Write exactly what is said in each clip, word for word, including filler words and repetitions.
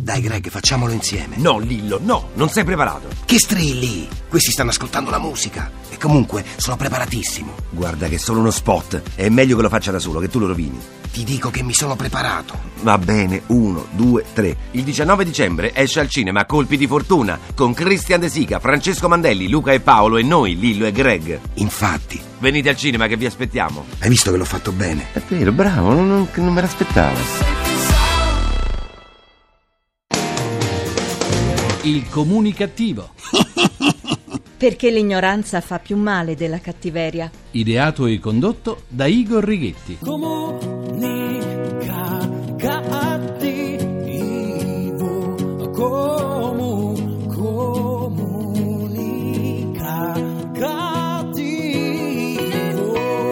Dai Greg, facciamolo insieme. No, Lillo, no, non sei preparato. Che strilli? Questi stanno ascoltando la musica. E comunque sono preparatissimo. Guarda che è solo uno spot. È meglio che lo faccia da solo, che tu lo rovini. Ti dico che mi sono preparato. Va bene, uno, due, tre. Il diciannove dicembre esce al cinema Colpi di fortuna con Christian De Sica, Francesco Mandelli, Luca e Paolo e noi, Lillo e Greg. Infatti. Venite al cinema che vi aspettiamo. Hai visto che l'ho fatto bene? È vero, bravo, non, non, non me l'aspettavo. Il comunicativo. Perché l'ignoranza fa più male della cattiveria. Ideato e condotto da Igor Righetti. Comunica cattivo. Comu, comunica cattivo.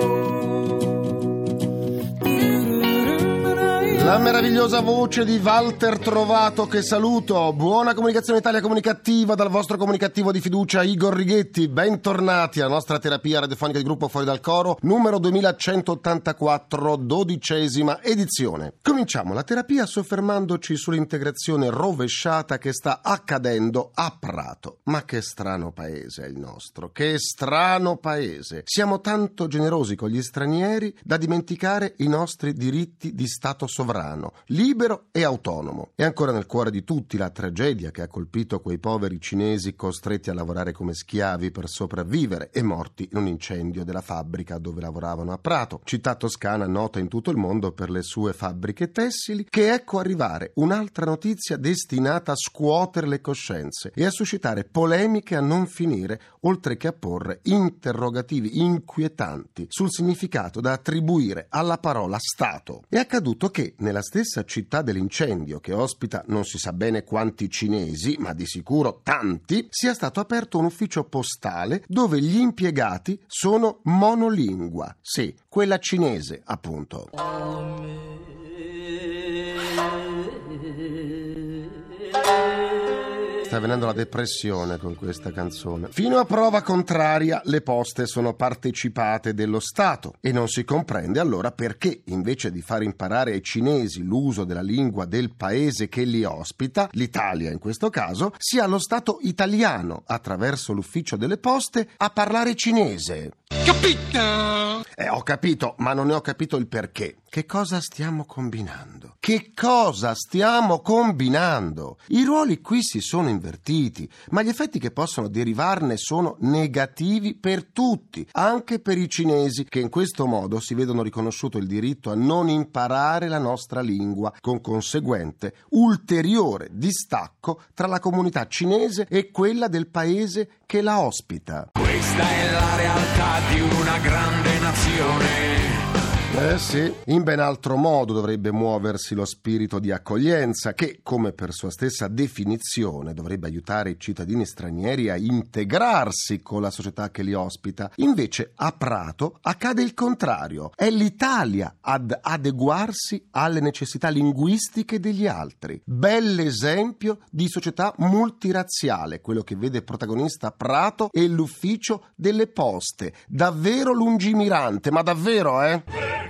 La meravigliosa voce di Walter Trovato che saluto. Buona comunicazione Italia comunicativa dal vostro comunicativo di fiducia Igor Righetti. Bentornati alla nostra terapia radiofonica di gruppo Fuori dal Coro, numero duemilacentottantaquattro, dodicesima edizione. Cominciamo la terapia soffermandoci sull'integrazione rovesciata che sta accadendo a Prato. Ma che strano paese è il nostro, che strano paese. Siamo tanto generosi con gli stranieri da dimenticare i nostri diritti di Stato sovrano, libero e autonomo. E ancora nel cuore di tutti la tragedia che ha colpito quei poveri cinesi costretti a lavorare come schiavi per sopravvivere e morti in un incendio della fabbrica dove lavoravano a Prato, città toscana nota in tutto il mondo per le sue fabbriche tessili, che ecco arrivare un'altra notizia destinata a scuotere le coscienze e a suscitare polemiche a non finire, oltre che a porre interrogativi inquietanti sul significato da attribuire alla parola Stato. È accaduto che nella stessa città dell'incendio, che ospita non si sa bene quanti cinesi, ma di sicuro tanti, sia stato aperto un ufficio postale dove gli impiegati sono monolingua. Sì, quella cinese, appunto. Sta venendo la depressione con questa canzone. Fino a prova contraria, le poste sono partecipate dello Stato e non si comprende allora perché, invece di far imparare ai cinesi l'uso della lingua del paese che li ospita, l'Italia in questo caso, sia lo Stato italiano, attraverso l'ufficio delle poste, a parlare cinese. Capito? Eh, ho capito, ma non ne ho capito il perché. Che cosa stiamo combinando? Che cosa stiamo combinando? I ruoli qui si sono invertiti, ma gli effetti che possono derivarne sono negativi per tutti, anche per i cinesi, che in questo modo si vedono riconosciuto il diritto a non imparare la nostra lingua, con conseguente ulteriore distacco tra la comunità cinese e quella del paese che la ospita. Questa è la realtà di una grande nazione. Eh sì, in ben altro modo dovrebbe muoversi lo spirito di accoglienza che, come per sua stessa definizione, dovrebbe aiutare i cittadini stranieri a integrarsi con la società che li ospita. Invece a Prato accade il contrario. È l'Italia ad adeguarsi alle necessità linguistiche degli altri. Bell'esempio di società multirazziale, quello che vede protagonista Prato e l'ufficio delle poste. Davvero lungimirante, ma davvero, eh?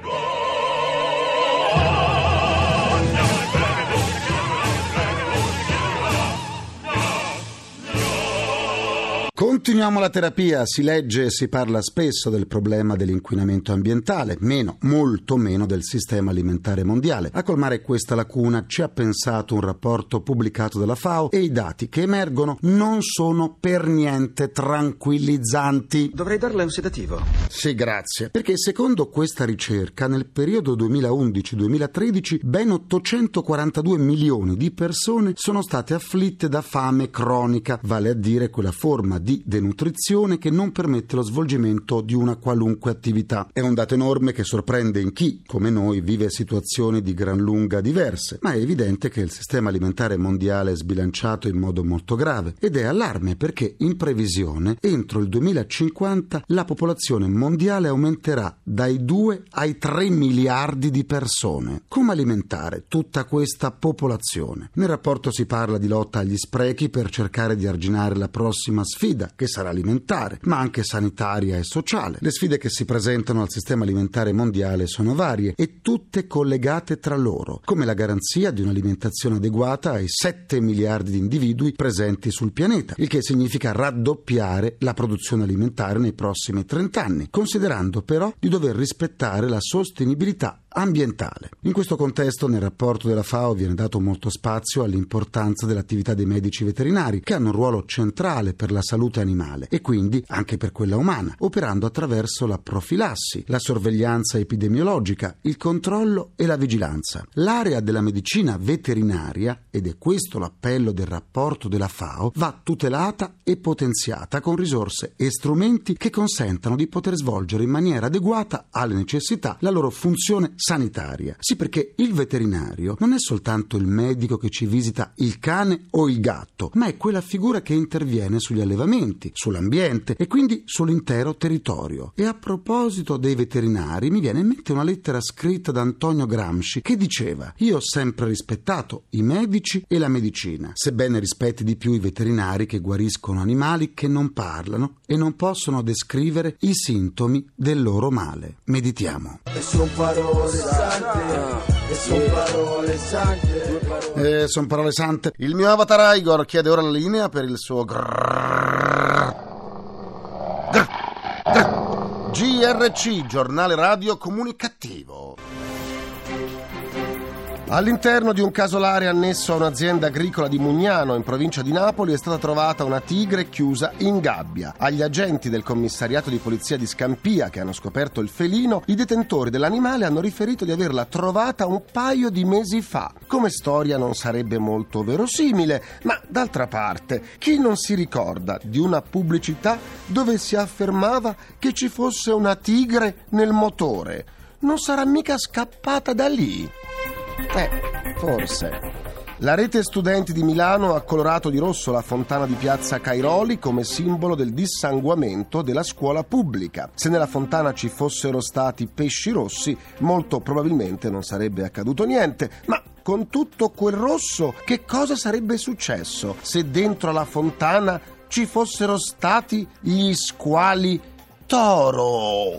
Continuiamo la terapia, si legge e si parla spesso del problema dell'inquinamento ambientale, meno, molto meno del sistema alimentare mondiale. A colmare questa lacuna ci ha pensato un rapporto pubblicato dalla FAO e i dati che emergono non sono per niente tranquillizzanti. Dovrei darle un sedativo? Sì, grazie. Perché secondo questa ricerca, nel periodo duemilaundici duemilatredici, ben ottocentoquarantadue milioni di persone sono state afflitte da fame cronica, vale a dire quella forma di denutrizione che non permette lo svolgimento di una qualunque attività. È un dato enorme che sorprende in chi, come noi, vive situazioni di gran lunga diverse, ma è evidente che il sistema alimentare mondiale è sbilanciato in modo molto grave ed è allarme perché in previsione entro il duemilacinquanta la popolazione mondiale aumenterà dai due ai tre miliardi di persone. Come alimentare tutta questa popolazione? Nel rapporto si parla di lotta agli sprechi per cercare di arginare la prossima sfida sfida, che sarà alimentare, ma anche sanitaria e sociale. Le sfide che si presentano al sistema alimentare mondiale sono varie e tutte collegate tra loro, come la garanzia di un'alimentazione adeguata ai sette miliardi di individui presenti sul pianeta, il che significa raddoppiare la produzione alimentare nei prossimi trenta anni, considerando però di dover rispettare la sostenibilità ambientale. In questo contesto, nel rapporto della FAO viene dato molto spazio all'importanza dell'attività dei medici veterinari, che hanno un ruolo centrale per la salute animale e quindi anche per quella umana, operando attraverso la profilassi, la sorveglianza epidemiologica, il controllo e la vigilanza. L'area della medicina veterinaria, ed è questo l'appello del rapporto della FAO, va tutelata e potenziata con risorse e strumenti che consentano di poter svolgere in maniera adeguata alle necessità la loro funzione sanitaria. Sì, perché il veterinario non è soltanto il medico che ci visita il cane o il gatto, ma è quella figura che interviene sugli allevamenti, sull'ambiente e quindi sull'intero territorio. E a proposito dei veterinari, mi viene in mente una lettera scritta da Antonio Gramsci che diceva: io ho sempre rispettato i medici e la medicina, sebbene rispetti di più i veterinari che guariscono animali che non parlano e non possono descrivere i sintomi del loro male. Meditiamo. E son parole sante, e son parole sante, Eh, son parole sante. Il mio avatar Igor chiede ora la linea per il suo grrrr, grrrr, grrrr, G R C, giornale radio comunicativo. All'interno di un casolare annesso a un'azienda agricola di Mugnano, in provincia di Napoli, è stata trovata una tigre chiusa in gabbia. Agli agenti del commissariato di polizia di Scampia, che hanno scoperto il felino, i detentori dell'animale hanno riferito di averla trovata un paio di mesi fa. Come storia non sarebbe molto verosimile, ma d'altra parte, chi non si ricorda di una pubblicità dove si affermava che ci fosse una tigre nel motore? Non sarà mica scappata da lì? Eh, forse. La rete studenti di Milano ha colorato di rosso la fontana di piazza Cairoli come simbolo del dissanguamento della scuola pubblica. Se nella fontana ci fossero stati pesci rossi, molto probabilmente non sarebbe accaduto niente, ma con tutto quel rosso che cosa sarebbe successo se dentro la fontana ci fossero stati gli squali toro?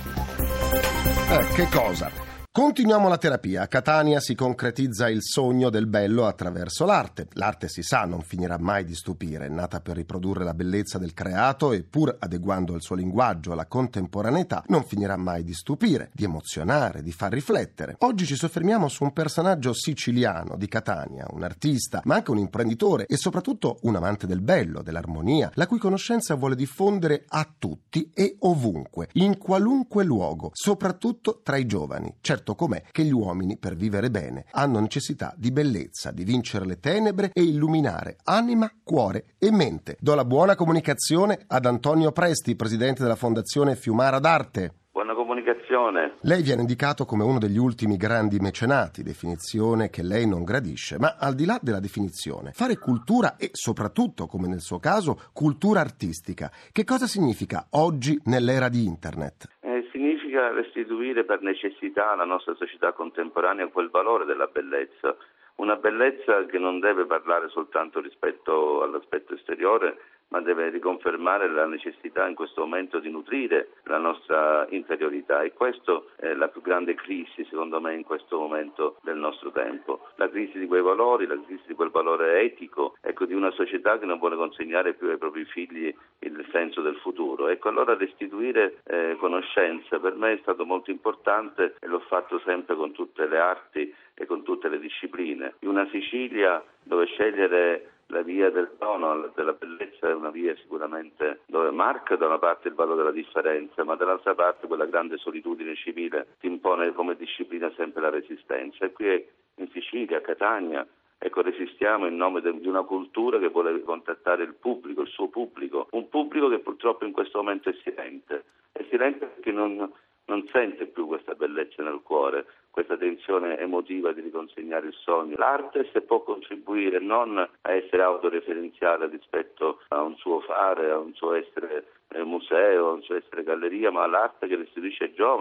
Eh, che cosa? Continuiamo la terapia. A Catania si concretizza il sogno del bello attraverso l'arte. L'arte, si sa, non finirà mai di stupire. È nata per riprodurre la bellezza del creato e, pur adeguando il suo linguaggio alla contemporaneità, non finirà mai di stupire, di emozionare, di far riflettere. Oggi ci soffermiamo su un personaggio siciliano di Catania, un artista, ma anche un imprenditore e soprattutto un amante del bello, dell'armonia, la cui conoscenza vuole diffondere a tutti e ovunque, in qualunque luogo, soprattutto tra i giovani. Certo com'è che gli uomini, per vivere bene, hanno necessità di bellezza, di vincere le tenebre e illuminare anima, cuore e mente. Do la buona comunicazione ad Antonio Presti, presidente della Fondazione Fiumara d'Arte. Buona comunicazione. Lei viene indicato come uno degli ultimi grandi mecenati, definizione che lei non gradisce, ma al di là della definizione, fare cultura e soprattutto, come nel suo caso, cultura artistica, che cosa significa oggi nell'era di Internet? Significa restituire per necessità alla nostra società contemporanea quel valore della bellezza, una bellezza che non deve parlare soltanto rispetto all'aspetto esteriore, ma deve riconfermare la necessità in questo momento di nutrire la nostra interiorità, e questo è la più grande crisi secondo me in questo momento del nostro tempo, la crisi di quei valori, la crisi di quel valore etico, ecco, di una società che non vuole consegnare più ai propri figli il senso del futuro. Ecco, allora restituire eh, conoscenza per me è stato molto importante e l'ho fatto sempre con tutte le arti e con tutte le discipline. In una Sicilia dove scegliere la via del dono, della bellezza, è una via sicuramente dove marca da una parte il valore della differenza, ma dall'altra parte quella grande solitudine civile ti impone come disciplina sempre la resistenza. E qui in Sicilia, a Catania, ecco, resistiamo in nome di una cultura che vuole contattare il pubblico, il suo pubblico, un pubblico che purtroppo in questo momento è silente, è silente perché non, non sente più questa bellezza nel cuore, questa tensione emotiva di riconsegnare il sogno. L'arte, se può contribuire non a essere autoreferenziale rispetto a un suo fare, a un suo essere eh, museo, a un suo essere galleria, ma l'arte che restituisce ai giovani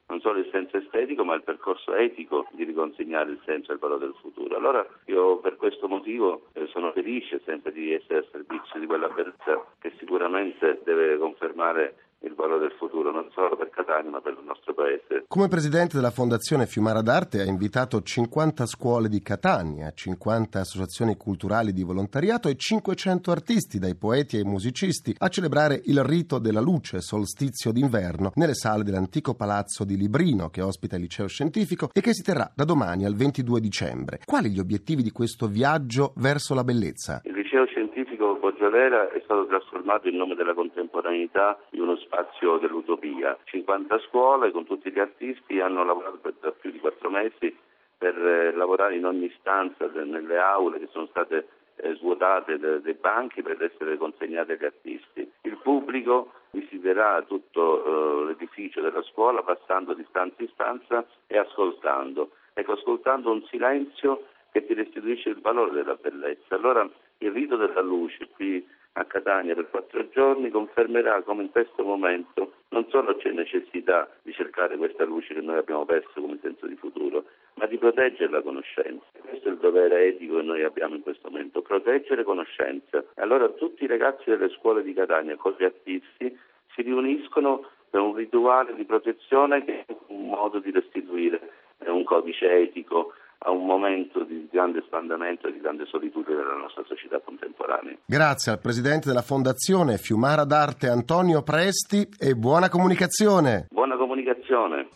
non solo il senso estetico ma il percorso etico di riconsegnare il senso e il valore del futuro. Allora io per questo motivo eh, sono felice sempre di essere al servizio di quella bellezza che sicuramente deve confermare il valore del futuro, non solo per Catania ma per il nostro paese. Come presidente della Fondazione Fiumara d'Arte ha invitato cinquanta scuole di Catania, cinquanta associazioni culturali di volontariato e cinquecento artisti, dai poeti ai musicisti, a celebrare il rito della luce, solstizio d'inverno, nelle sale dell'antico palazzo di Librino che ospita il liceo scientifico e che si terrà da domani al ventidue dicembre. Quali gli obiettivi di questo viaggio verso la bellezza? Il liceo scientifico Poggioalera è stato trasformato in nome della contemporaneità in uno spazio dell'utopia. cinquanta scuole con tutti gli artisti hanno lavorato per da più di quattro mesi per eh, lavorare in ogni stanza de, nelle aule che sono state eh, svuotate de, dei banchi per essere consegnate agli artisti. Il pubblico visiterà tutto eh, l'edificio della scuola passando di stanza in stanza e ascoltando, ecco, ascoltando un silenzio che ti restituisce il valore della bellezza. Allora il rito della luce qui a Catania per quattro giorni confermerà come in questo momento non solo c'è necessità di cercare questa luce che noi abbiamo perso come senso di futuro, ma di proteggere la conoscenza. Questo è il dovere etico che noi abbiamo in questo momento, proteggere conoscenza. Allora tutti i ragazzi delle scuole di Catania con gli artisti si riuniscono per un rituale di protezione che è un modo di restituire un codice etico a un momento di grande spandamento e di grande solitudine della nostra società contemporanea. Grazie al presidente della Fondazione Fiumara d'Arte Antonio Presti e buona comunicazione. Buona comunicazione.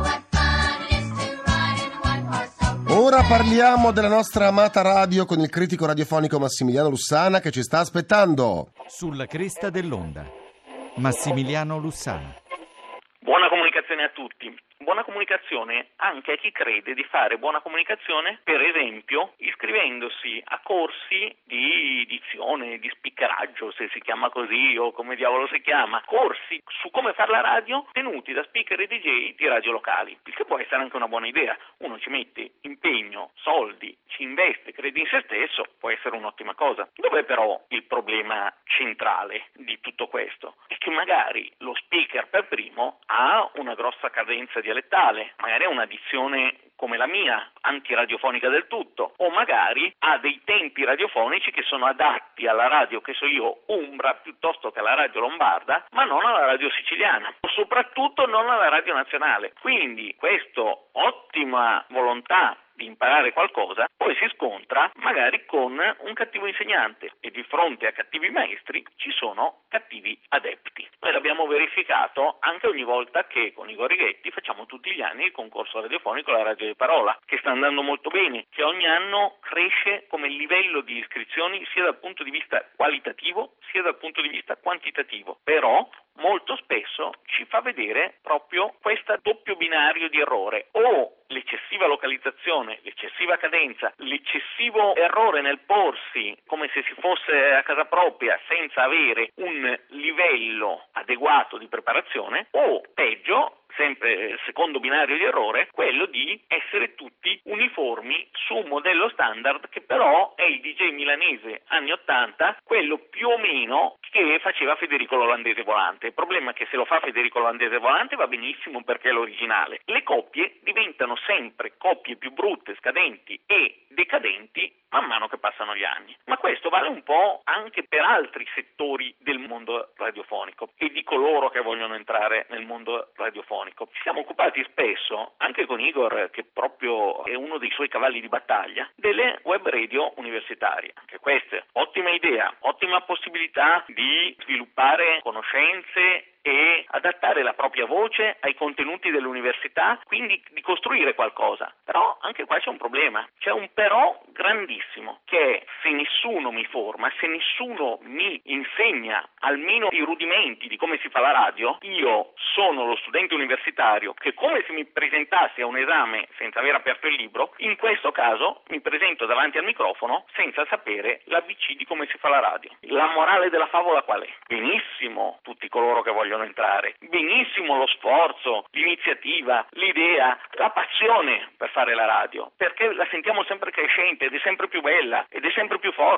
Ora parliamo della nostra amata radio con il critico radiofonico Massimiliano Lussana che ci sta aspettando. Sulla cresta dell'onda. Massimiliano Lussana. Buona comunicazione a tutti. Buona comunicazione anche a chi crede di fare buona comunicazione, per esempio, iscrivendosi a corsi di dizione, di speakeraggio, se si chiama così o come diavolo si chiama, corsi su come fare la radio tenuti da speaker e D J di radio locali, il che può essere anche una buona idea. Uno ci mette impegno, soldi, ci investe, crede in se stesso, può essere un'ottima cosa. Dov'è però il problema centrale di tutto questo? È che magari lo speaker per primo ha una grossa cadenza dialettale, magari ha una dizione come la mia, antiradiofonica del tutto, o magari ha dei tempi radiofonici che sono adatti alla radio, che so io, umbra, piuttosto che alla radio lombarda, ma non alla radio siciliana, o soprattutto non alla radio nazionale. Quindi questa ottima volontà di imparare qualcosa poi si scontra magari con un cattivo insegnante e di fronte a cattivi maestri ci sono cattivi adepti. Noi l'abbiamo verificato anche ogni volta che con Igor Righetti facciamo tutti gli anni il concorso radiofonico alla Radio di Parola, che sta andando molto bene, che ogni anno cresce come livello di iscrizioni sia dal punto di vista qualitativo sia dal punto di vista quantitativo, però molto spesso ci fa vedere proprio questo doppio binario di errore, o l'eccessiva localizzazione, l'eccessiva cadenza, l'eccessivo errore nel porsi come se si fosse a casa propria senza avere un livello adeguato di preparazione, o peggio, sempre il secondo binario di errore, quello di essere tutti uniformi su un modello standard che però è il D J milanese anni ottanta, quello più o meno che faceva Federico l'Olandese Volante. Il problema è che se lo fa Federico l'Olandese Volante va benissimo perché è l'originale. Le coppie diventano sempre coppie più brutte, scadenti e decadenti man mano che passano gli anni. Ma questo vale un po' anche per altri settori del mondo radiofonico e di coloro che vogliono entrare nel mondo radiofonico. Ci siamo occupati spesso, anche con Igor, che proprio è uno dei suoi cavalli di battaglia, delle web radio universitarie. Anche queste, ottima idea, ottima possibilità di sviluppare conoscenze e adattare la propria voce ai contenuti dell'università, quindi di costruire qualcosa. Però anche qua c'è un problema, c'è un però grandissimo, che è se nessuno mi forma, se nessuno mi insegna almeno i rudimenti di come si fa la radio, io sono lo studente universitario che come se mi presentassi a un esame senza aver aperto il libro, in questo caso mi presento davanti al microfono senza sapere l'A B C di come si fa la radio. La morale della favola qual è? Benissimo tutti coloro che vogliono entrare, benissimo lo sforzo, l'iniziativa, l'idea, la passione per fare la radio, perché la sentiamo sempre crescente ed è sempre più bella ed è sempre più forte. Questo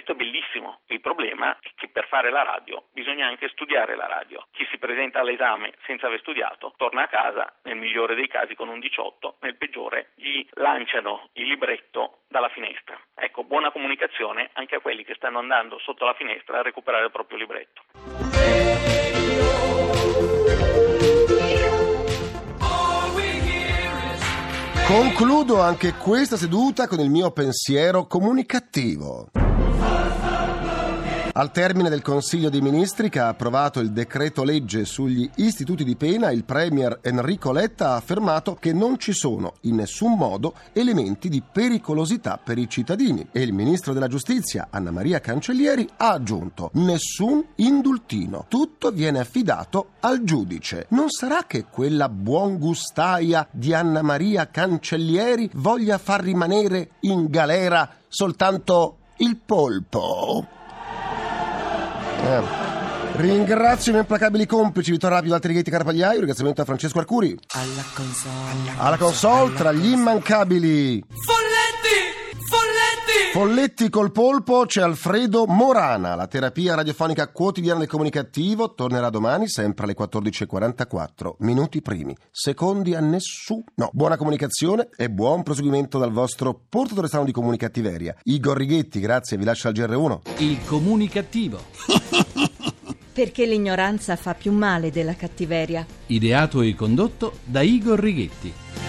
Questo è bellissimo. Il problema è che per fare la radio bisogna anche studiare la radio. Chi si presenta all'esame senza aver studiato torna a casa, nel migliore dei casi con un diciotto, nel peggiore gli lanciano il libretto dalla finestra. Ecco, buona comunicazione anche a quelli che stanno andando sotto la finestra a recuperare il proprio libretto. Concludo anche questa seduta con il mio pensiero comunicativo. Al termine del Consiglio dei Ministri che ha approvato il decreto legge sugli istituti di pena, il premier Enrico Letta ha affermato che non ci sono in nessun modo elementi di pericolosità per i cittadini e il ministro della giustizia Anna Maria Cancellieri ha aggiunto: nessun indultino, tutto viene affidato al giudice. Non sarà che quella buongustaia di Anna Maria Cancellieri voglia far rimanere in galera soltanto il polpo? Eh. Ringrazio i miei implacabili complici Vittorio Rapido, Altri Righetti, Carpagliaio. Ringraziamento a Francesco Arcuri alla console, alla console tra gli immancabili Folletti Folletti Folletti col polpo c'è Alfredo Morana. La terapia radiofonica quotidiana del comunicativo tornerà domani sempre alle quattordici e quarantaquattro, minuti primi, secondi a nessuno. Buona comunicazione e buon proseguimento dal vostro portatore strano di comunicattiveria Igor Righetti. Grazie, vi lascio al G R uno. Il comunicativo. Perché l'ignoranza fa più male della cattiveria. Ideato e condotto da Igor Righetti.